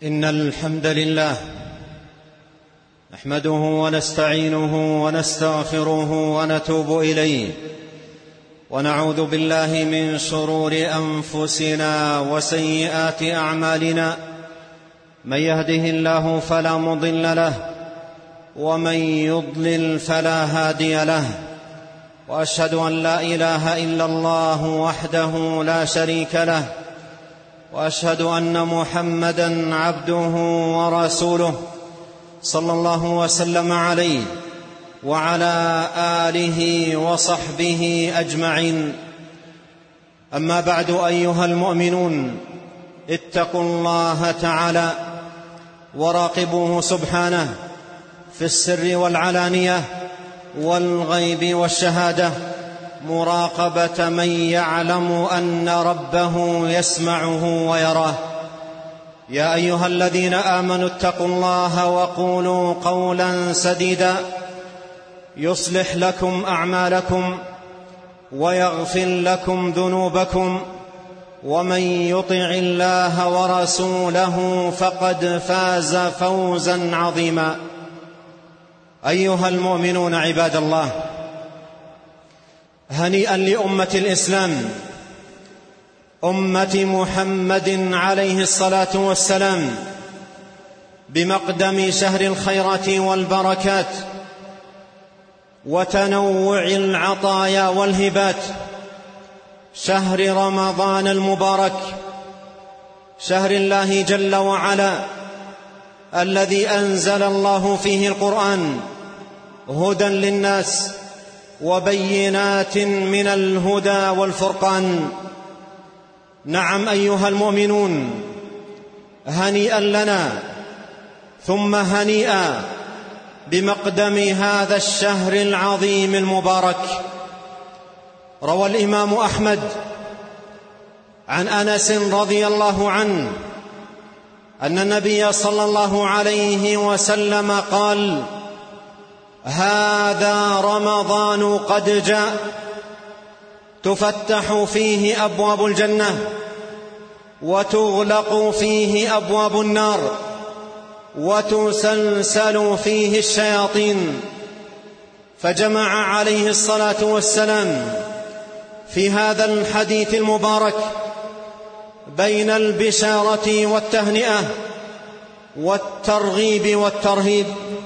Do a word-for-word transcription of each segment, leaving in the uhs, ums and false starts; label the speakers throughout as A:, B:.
A: إن الحمد لله نحمده ونستعينه ونستغفره ونتوب إليه، ونعوذ بالله من شرور أنفسنا وسيئات أعمالنا. من يهده الله فلا مضل له، ومن يضلل فلا هادي له، وأشهد أن لا إله إلا الله وحده لا شريك له، وأشهد أن محمدًا عبده ورسوله صلى الله وسلم عليه وعلى آله وصحبه أجمعين. أما بعد، أيها المؤمنون، اتقوا الله تعالى وراقبوه سبحانه في السر والعلانية والغيب والشهادة، مراقبة من يعلم أن ربه يسمعه ويراه. يا أيها الذين آمنوا اتقوا الله وقولوا قولا سديدا يصلح لكم أعمالكم ويغفر لكم ذنوبكم، ومن يطع الله ورسوله فقد فاز فوزا عظيما. أيها المؤمنون عباد الله، هنيئا لأمة الإسلام، أمة محمد عليه الصلاة والسلام، بمقدم شهر الخيرات والبركات وتنوع العطايا والهبات، شهر رمضان المبارك، شهر الله جل وعلا الذي أنزل الله فيه القرآن هدى للناس وبينات من الهدى والفرقان. نعم أيها المؤمنون، هنيئا لنا ثم هنيئا بمقدم هذا الشهر العظيم المبارك. روى الإمام أحمد عن أنس رضي الله عنه أن النبي صلى الله عليه وسلم قال: هذا رمضان قد جاء، تفتح فيه أبواب الجنة وتغلق فيه أبواب النار وتسلسل فيه الشياطين. فجمع عليه الصلاة والسلام في هذا الحديث المبارك بين البشارة والتهنئة والترغيب والترهيب،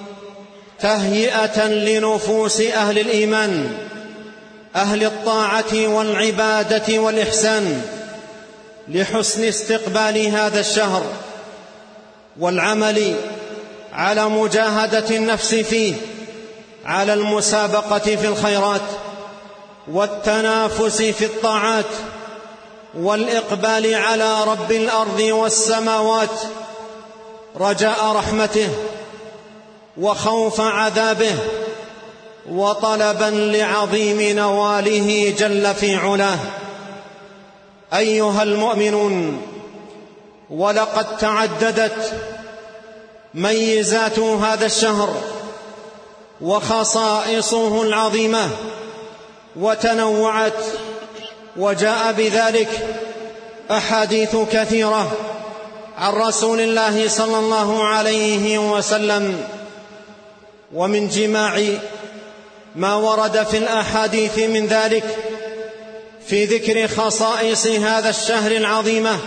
A: تهيئة لنفوس أهل الإيمان، أهل الطاعة والعبادة والإحسان، لحسن استقبال هذا الشهر والعمل على مجاهدة النفس فيه، على المسابقة في الخيرات والتنافس في الطاعات، والإقبال على رب الأرض والسماوات، رجاء رحمته وخوف عذابه، وطلبا لعظيم نواله جل في علاه. أيها المؤمنون، ولقد تعددت ميزات هذا الشهر وخصائصه العظيمة وتنوعت، وجاء بذلك أحاديث كثيرة عن رسول الله صلى الله عليه وسلم. ومن جماع ما ورد في الأحاديث من ذلك في ذكر خصائص هذا الشهر العظيمة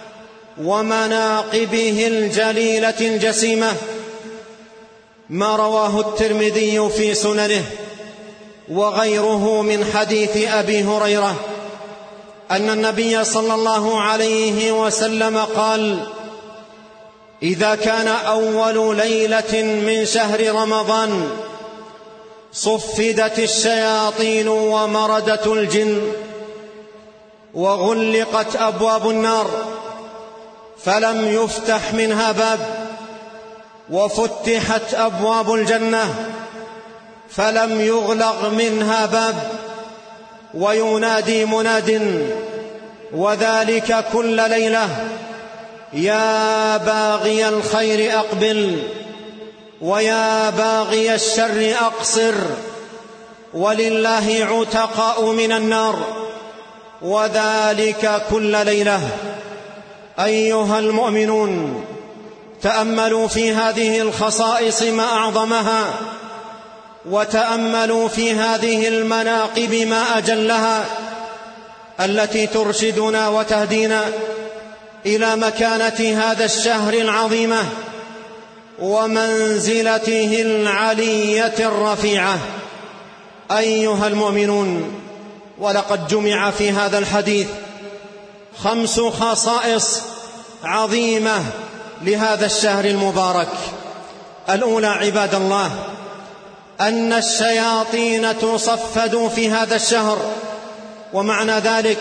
A: ومناقبه الجليلة الجسيمة ما رواه الترمذي في سننه وغيره من حديث أبي هريرة أن النبي صلى الله عليه وسلم قال: إذا كان أول ليلة من شهر رمضان صفدت الشياطين ومردت الجن وغلقت أبواب النار فلم يفتح منها باب، وفتحت أبواب الجنة فلم يغلق منها باب، وينادي مناد وذلك كل ليلة: يا باغي الخير أقبل، ويا باغي الشر أقصر، ولله عتقاء من النار، وذلك كل ليلة. أيها المؤمنون، تأملوا في هذه الخصائص ما أعظمها، وتأملوا في هذه المناقب ما أجلها، التي ترشدنا وتهدينا إلى مكانة هذا الشهر العظيمة ومنزلته العلية الرفيعة. أيها المؤمنون، ولقد جمع في هذا الحديث خمس خصائص عظيمة لهذا الشهر المبارك. الأولى عباد الله أن الشياطين تصفد في هذا الشهر، ومعنى ذلك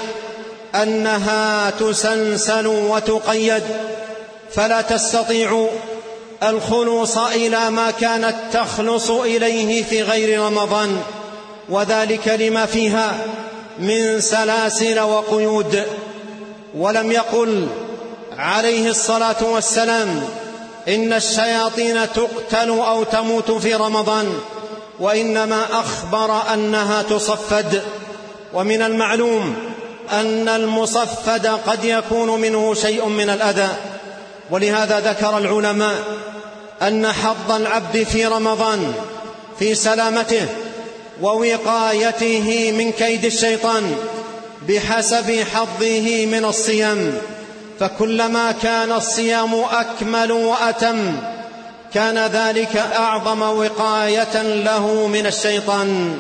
A: أنها تسلسل وتقيد، فلا تستطيع الخلوص إلى ما كانت تخلص إليه في غير رمضان، وذلك لما فيها من سلاسل وقيود. ولم يقل عليه الصلاة والسلام إن الشياطين تقتل أو تموت في رمضان، وإنما أخبر أنها تصفد. ومن المعلوم أن المصفد قد يكون منه شيء من الأذى، ولهذا ذكر العلماء أن حظ العبد في رمضان في سلامته ووقايته من كيد الشيطان بحسب حظه من الصيام، فكلما كان الصيام أكمل وأتم كان ذلك أعظم وقاية له من الشيطان.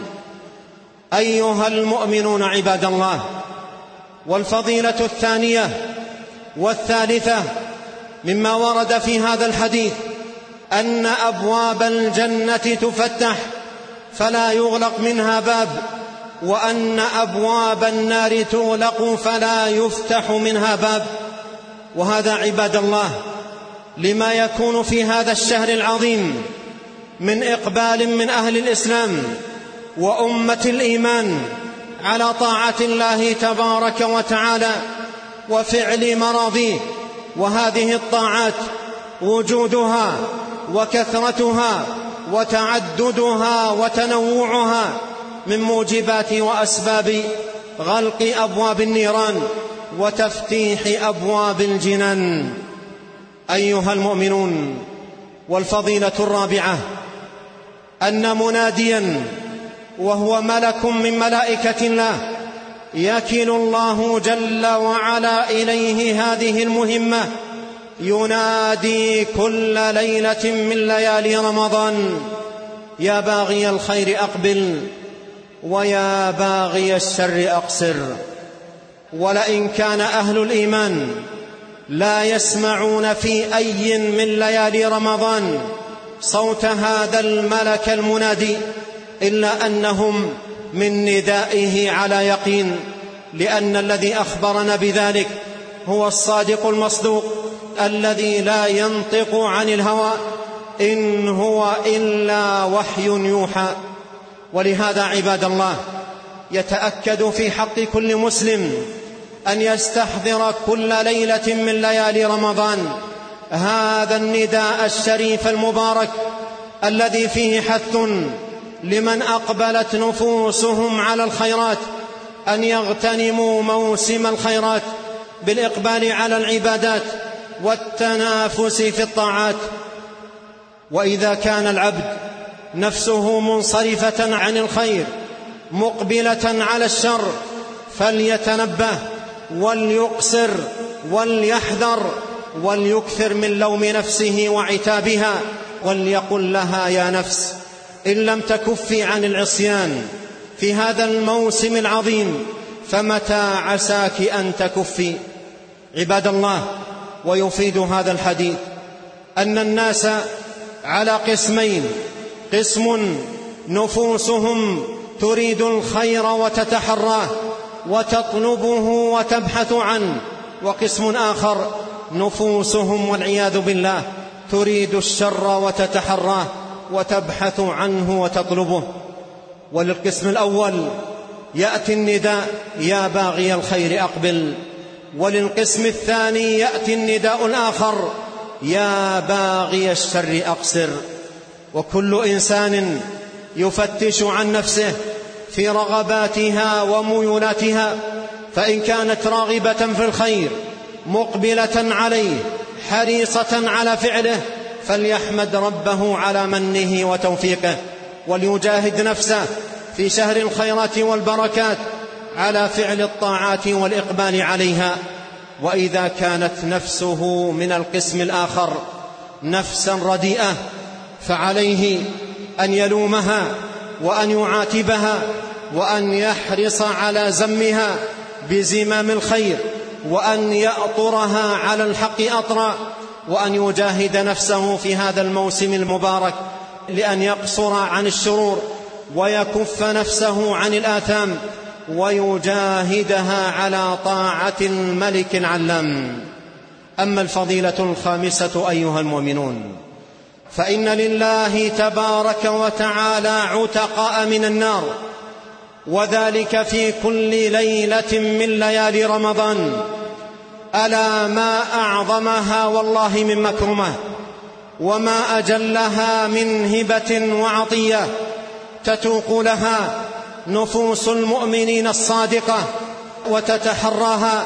A: أيها المؤمنون عباد الله، والفضيلة الثانية والثالثة مما ورد في هذا الحديث أن أبواب الجنة تفتح فلا يغلق منها باب، وأن أبواب النار تغلق فلا يفتح منها باب. وهذا عباد الله لما يكون في هذا الشهر العظيم من إقبال من أهل الإسلام وأمة الإيمان على طاعة الله تبارك وتعالى وفعل مراضيه. وهذه الطاعات وجودها وكثرتها وتعددها وتنوعها من موجبات وأسباب غلق أبواب النيران وتفتيح أبواب الجنان. أيها المؤمنون، والفضيلة الرابعة أن مناديا وهو ملك من ملائكة الله يكل الله جل وعلا إليه هذه المهمة ينادي كل ليلة من ليالي رمضان: يا باغي الخير أقبل ويا باغي الشر أقصر. ولئن كان أهل الإيمان لا يسمعون في أي من ليالي رمضان صوت هذا الملك المنادي إلا أنهم من ندائه على يقين، لأن الذي أخبرنا بذلك هو الصادق المصدوق الذي لا ينطق عن الهوى إن هو إلا وحي يوحى. ولهذا عباد الله يتأكد في حق كل مسلم أن يستحضر كل ليلة من ليالي رمضان هذا النداء الشريف المبارك الذي فيه حث لمن أقبلت نفوسهم على الخيرات أن يغتنموا موسم الخيرات بالإقبال على العبادات والتنافس في الطاعات. وإذا كان العبد نفسه منصرفة عن الخير مقبلة على الشر فليتنبه وليقصر وليحذر وليكثر من لوم نفسه وعتابها، وليقل لها: يا نفس، إن لم تكفي عن العصيان في هذا الموسم العظيم فمتى عساك أن تكفي؟ عباد الله، ويفيد هذا الحديث أن الناس على قسمين: قسم نفوسهم تريد الخير وتتحراه وتطلبه وتبحث عنه، وقسم آخر نفوسهم والعياذ بالله تريد الشر وتتحراه وتبحث عنه وتطلبه. وللقسم الأول يأتي النداء: يا باغي الخير أقبل. وللقسم الثاني يأتي النداء الآخر: يا باغي الشر أقصر. وكل إنسان يفتش عن نفسه في رغباتها وميولاتها، فإن كانت راغبة في الخير مقبلة عليه حريصة على فعله فليحمد ربه على منه وتوفيقه، وليجاهد نفسه في شهر الخيرات والبركات على فعل الطاعات والإقبال عليها. وإذا كانت نفسه من القسم الآخر نفسا رديئة فعليه أن يلومها وأن يعاتبها وأن يحرص على زمها بزمام الخير، وأن يأطرها على الحق أطرا، وأن يجاهد نفسه في هذا الموسم المبارك لأن يقصر عن الشرور ويكف نفسه عن الآثام ويجاهدها على طاعة الملك العلام. أما الفضيلة الخامسة أيها المؤمنون، فإن لله تبارك وتعالى عتقاء من النار، وذلك في كل ليلة من ليالي رمضان. ألا ما أعظمها والله من مكرمة، وما أجلها من هبة وعطية تتوق لها نفوس المؤمنين الصادقة وتتحراها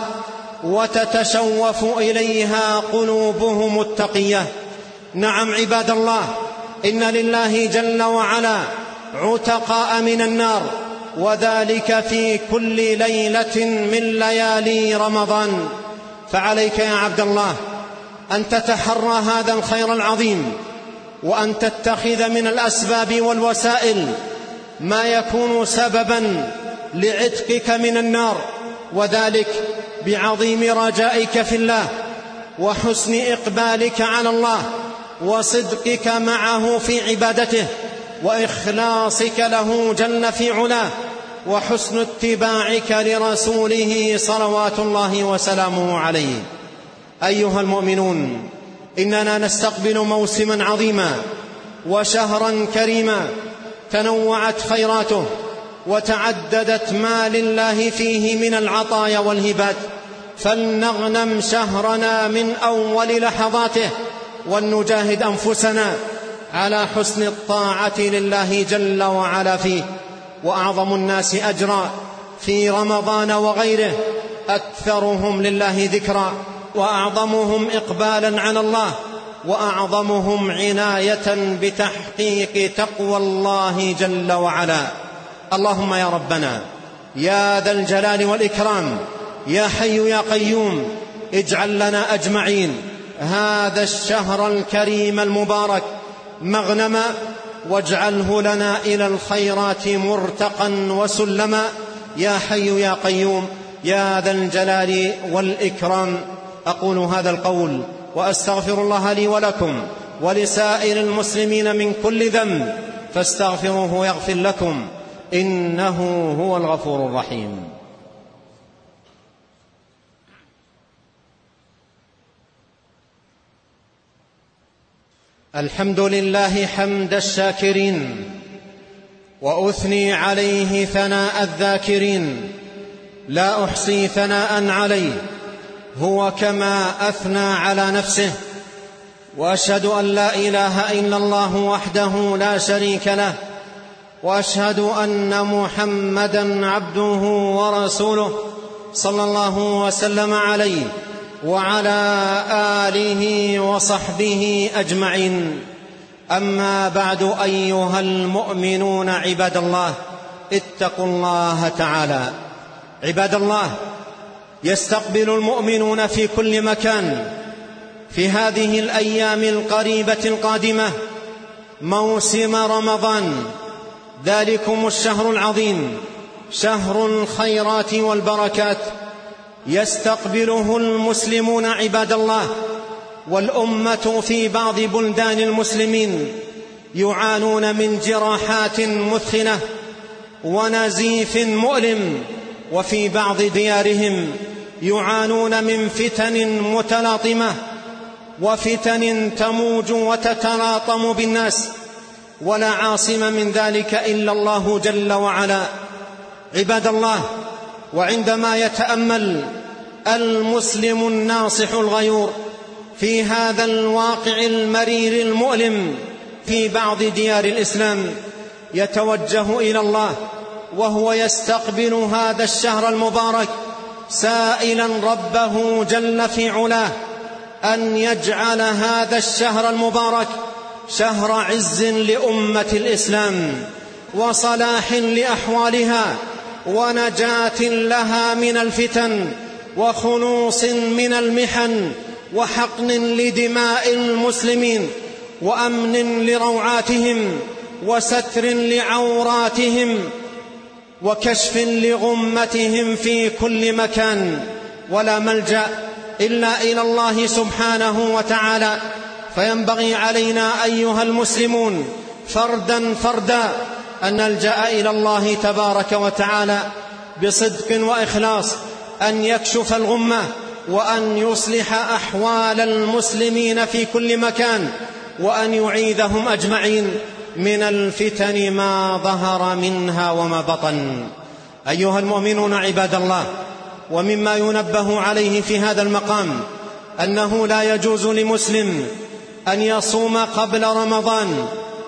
A: وتتشوف إليها قلوبهم التقية. نعم عباد الله، إن لله جل وعلا عتقاء من النار، وذلك في كل ليلة من ليالي رمضان. فعليك يا عبد الله أن تتحرى هذا الخير العظيم، وأن تتخذ من الأسباب والوسائل ما يكون سببا لعتقك من النار، وذلك بعظيم رجائك في الله، وحسن إقبالك على الله، وصدقك معه في عبادته، وإخلاصك له جل في علاه، وحسن اتباعك لرسوله صلوات الله وسلامه عليه. أيها المؤمنون، إننا نستقبل موسما عظيما وشهرا كريما تنوعت خيراته وتعددت ما لله فيه من العطايا والهبات، فلنغنم شهرنا من أول لحظاته، ولنجاهد أنفسنا على حسن الطاعة لله جل وعلا فيه. وأعظم الناس أجرا في رمضان وغيره أكثرهم لله ذكرا، وأعظمهم إقبالا على الله، وأعظمهم عناية بتحقيق تقوى الله جل وعلا. اللهم يا ربنا يا ذا الجلال والإكرام يا حي يا قيوم، اجعل لنا أجمعين هذا الشهر الكريم المبارك مغنما، واجعله لنا إلى الخيرات مرتقا وسلما يا حي يا قيوم يا ذا الجلال والإكرام. أقول هذا القول وأستغفر الله لي ولكم ولسائر المسلمين من كل ذنب، فاستغفروه يغفر لكم، إنه هو الغفور الرحيم. الحمد لله حمد الشاكرين، وأثني عليه ثناء الذاكرين، لا أحصي ثناء عليه هو كما أثنى على نفسه. وأشهد أن لا إله إلا الله وحده لا شريك له، وأشهد أن محمدًا عبده ورسوله صلى الله وسلم عليه وعلى آله وصحبه أجمعين. أما بعد، أيها المؤمنون عباد الله، اتقوا الله تعالى. عباد الله، يستقبل المؤمنون في كل مكان في هذه الأيام القريبة القادمة موسم رمضان، ذلكم الشهر العظيم، شهر الخيرات والبركات، يستقبله المسلمون عباد الله. والأمة في بعض بلدان المسلمين يعانون من جراحات مثخنة ونزيف مؤلم، وفي بعض ديارهم يعانون من فتن متلاطمة وفتن تموج وتتلاطم بالناس، ولا عاصم من ذلك إلا الله جل وعلا. عباد الله، وعندما يتأمل المسلم الناصح الغيور في هذا الواقع المرير المؤلم في بعض ديار الإسلام، يتوجه إلى الله وهو يستقبل هذا الشهر المبارك سائلا ربه جل في علاه أن يجعل هذا الشهر المبارك شهر عز لأمة الإسلام وصلاح لأحوالها ونجاة لها من الفتن وخلوص من المحن وحقن لدماء المسلمين وأمن لروعاتهم وستر لعوراتهم وكشف لغمتهم في كل مكان. ولا ملجأ إلا إلى الله سبحانه وتعالى، فينبغي علينا أيها المسلمون فردا فردا أن نلجأ إلى الله تبارك وتعالى بصدق وإخلاص، أن يكشف الغمة وأن يصلح أحوال المسلمين في كل مكان، وأن يعيذهم أجمعين من الفتن ما ظهر منها وما بطن. أيها المؤمنون عباد الله، ومما ينبه عليه في هذا المقام أنه لا يجوز لمسلم أن يصوم قبل رمضان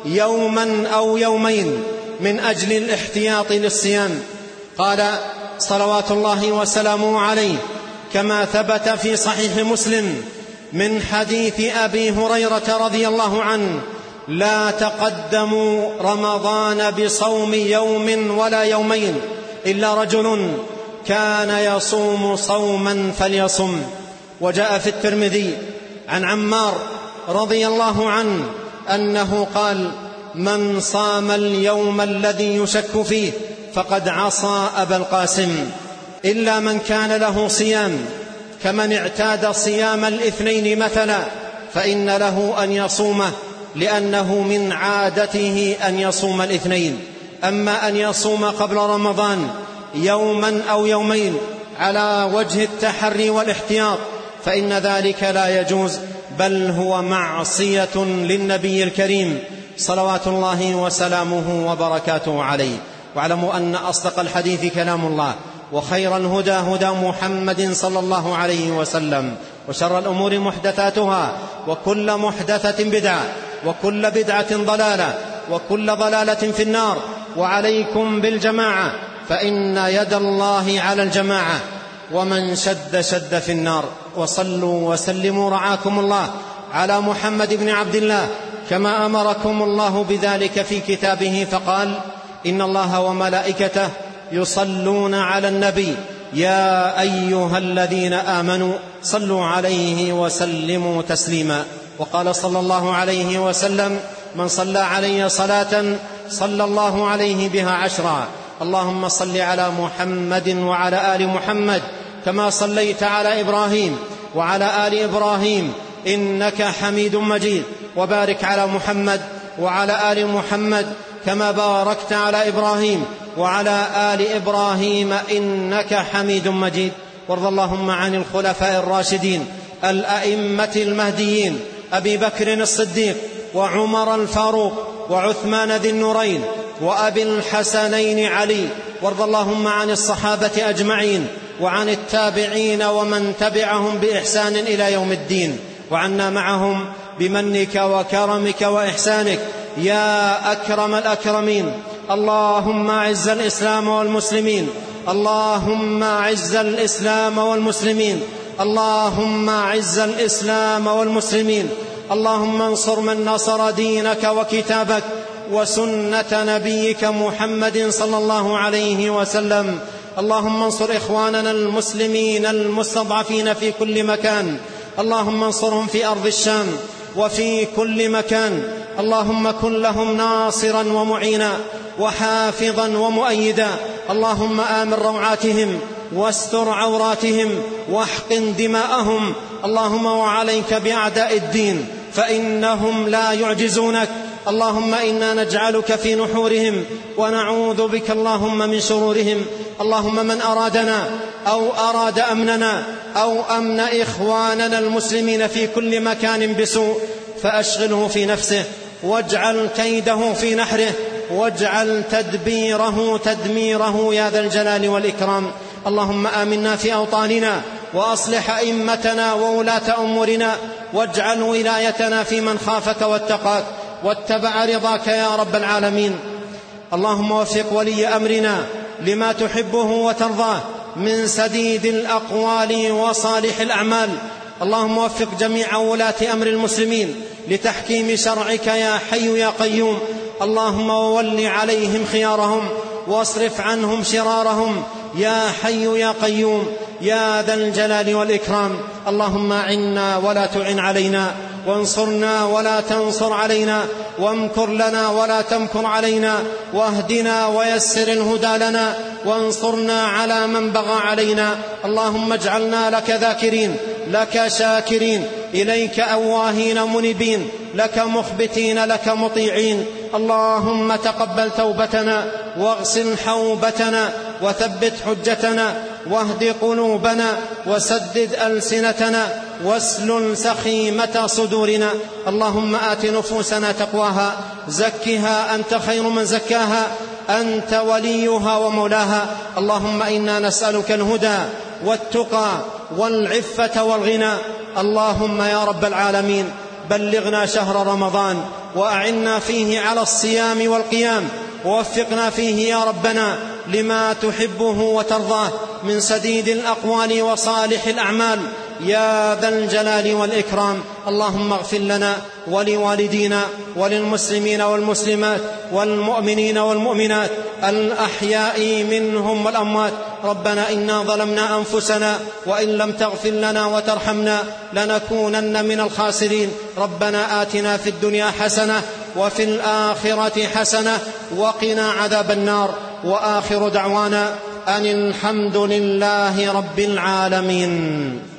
A: يوما أو يومين من أجل الاحتياط للصيام. قال صلوات الله وسلامه عليه كما ثبت في صحيح مسلم من حديث أبي هريرة رضي الله عنه: لا تقدموا رمضان بصوم يوم ولا يومين إلا رجل كان يصوم صوما فليصم. وجاء في الترمذي عن عمار رضي الله عنه أنه قال: من صام اليوم الذي يشك فيه فقد عصى أبا القاسم، إلا من كان له صيام كمن اعتاد صيام الاثنين مثلا فإن له أن يصومه، لأنه من عادته أن يصوم الاثنين. أما أن يصوم قبل رمضان يوما أو يومين على وجه التحري والاحتياط فإن ذلك لا يجوز، بل هو معصية للنبي الكريم صلوات الله وسلامه وبركاته عليه. واعلموا أن أصدق الحديث كلام الله، وخير الهدى هدى محمد صلى الله عليه وسلم، وشر الأمور محدثاتها، وكل محدثة بدعة، وكل بدعة ضلالة، وكل ضلالة في النار. وعليكم بالجماعة، فإن يد الله على الجماعة، ومن شد شد في النار. وصلوا وسلموا رعاكم الله على محمد بن عبد الله كما أمركم الله بذلك في كتابه، فقال: إن الله وملائكته يصلون على النبي يا أيها الذين آمنوا صلوا عليه وسلموا تسليما. وقال صلى الله عليه وسلم: من صلى علي صلاة صلى الله عليه بها عشرا. اللهم صل على محمد وعلى آل محمد كما صليت على إبراهيم وعلى آل إبراهيم إنك حميد مجيد، وبارك على محمد وعلى آل محمد كما باركت على إبراهيم وعلى آل إبراهيم إنك حميد مجيد. وارض اللهم عن الخلفاء الراشدين الأئمة المهديين أبي بكر الصديق وعمر الفاروق وعثمان ذي النورين وأبي الحسنين علي. وارض اللهم عن الصحابة أجمعين وعن التابعين ومن تبعهم بإحسان إلى يوم الدين، وعنا معهم بمنك وكرمك وإحسانك يا أكرم الأكرمين. اللهم أعز الإسلام والمسلمين، اللهم أعز الإسلام والمسلمين، اللهم أعز الإسلام والمسلمين. اللهم انصر من نصر دينك وكتابك وسنة نبيك محمد صلى الله عليه وسلم. اللهم انصر إخواننا المسلمين المستضعفين في كل مكان، اللهم انصرهم في أرض الشام وفي كل مكان. اللهم كن لهم ناصرا ومعينا وحافظا ومؤيدا. اللهم آمن روعاتهم واستر عوراتهم واحقن دماءهم. اللهم وعليك بأعداء الدين فإنهم لا يعجزونك. اللهم إنا نجعلك في نحورهم ونعوذ بك اللهم من شرورهم. اللهم من أرادنا أو أراد أمننا أو أمن إخواننا المسلمين في كل مكان بسوء فأشغله في نفسه واجعل كيده في نحره واجعل تدبيره تدميره يا ذا الجلال والإكرام. اللهم آمنا في أوطاننا وأصلح أئمتنا وولاة أمورنا واجعل ولايتنا في من خافك واتقاك واتبع رضاك يا رب العالمين. اللهم وفق ولي أمرنا لما تحبه وترضاه من سديد الأقوال وصالح الأعمال. اللهم وفق جميع ولاة أمر المسلمين لتحكيم شرعك يا حي يا قيوم. اللهم وول عليهم خيارهم واصرف عنهم شرارهم يا حي يا قيوم يا ذا الجلال والإكرام. اللهم أعنا ولا تعن علينا، وانصرنا ولا تنصر علينا، وامكر لنا ولا تمكر علينا، واهدنا ويسر الهدى لنا، وانصرنا على من بغى علينا. اللهم اجعلنا لك ذاكرين، لك شاكرين، إليك أواهين منيبين، لك مخبتين، لك مطيعين. اللهم تقبل توبتنا واغسل حوبتنا وثبت حجتنا واهد قلوبنا وسدد ألسنتنا واسلل سخيمة صدورنا. اللهم آت نفوسنا تقواها، زكها أنت خير من زكاها، أنت وليها ومولاها. اللهم إنا نسألك الهدى والتقى والعفة والغنى. اللهم يا رب العالمين بلغنا شهر رمضان وأعنا فيه على الصيام والقيام، ووفقنا فيه يا ربنا لما تحبه وترضاه من سديد الأقوال وصالح الأعمال يا ذا الجلال والإكرام. اللهم اغفر لنا ولوالدينا وللمسلمين والمسلمات والمؤمنين والمؤمنات الأحياء منهم والأموات. ربنا إنا ظلمنا أنفسنا وإن لم تغفر لنا وترحمنا لنكونن من الخاسرين. ربنا آتنا في الدنيا حسنة وفي الآخرة حسنة وقنا عذاب النار. وآخر دعوانا أن الحمد لله رب العالمين.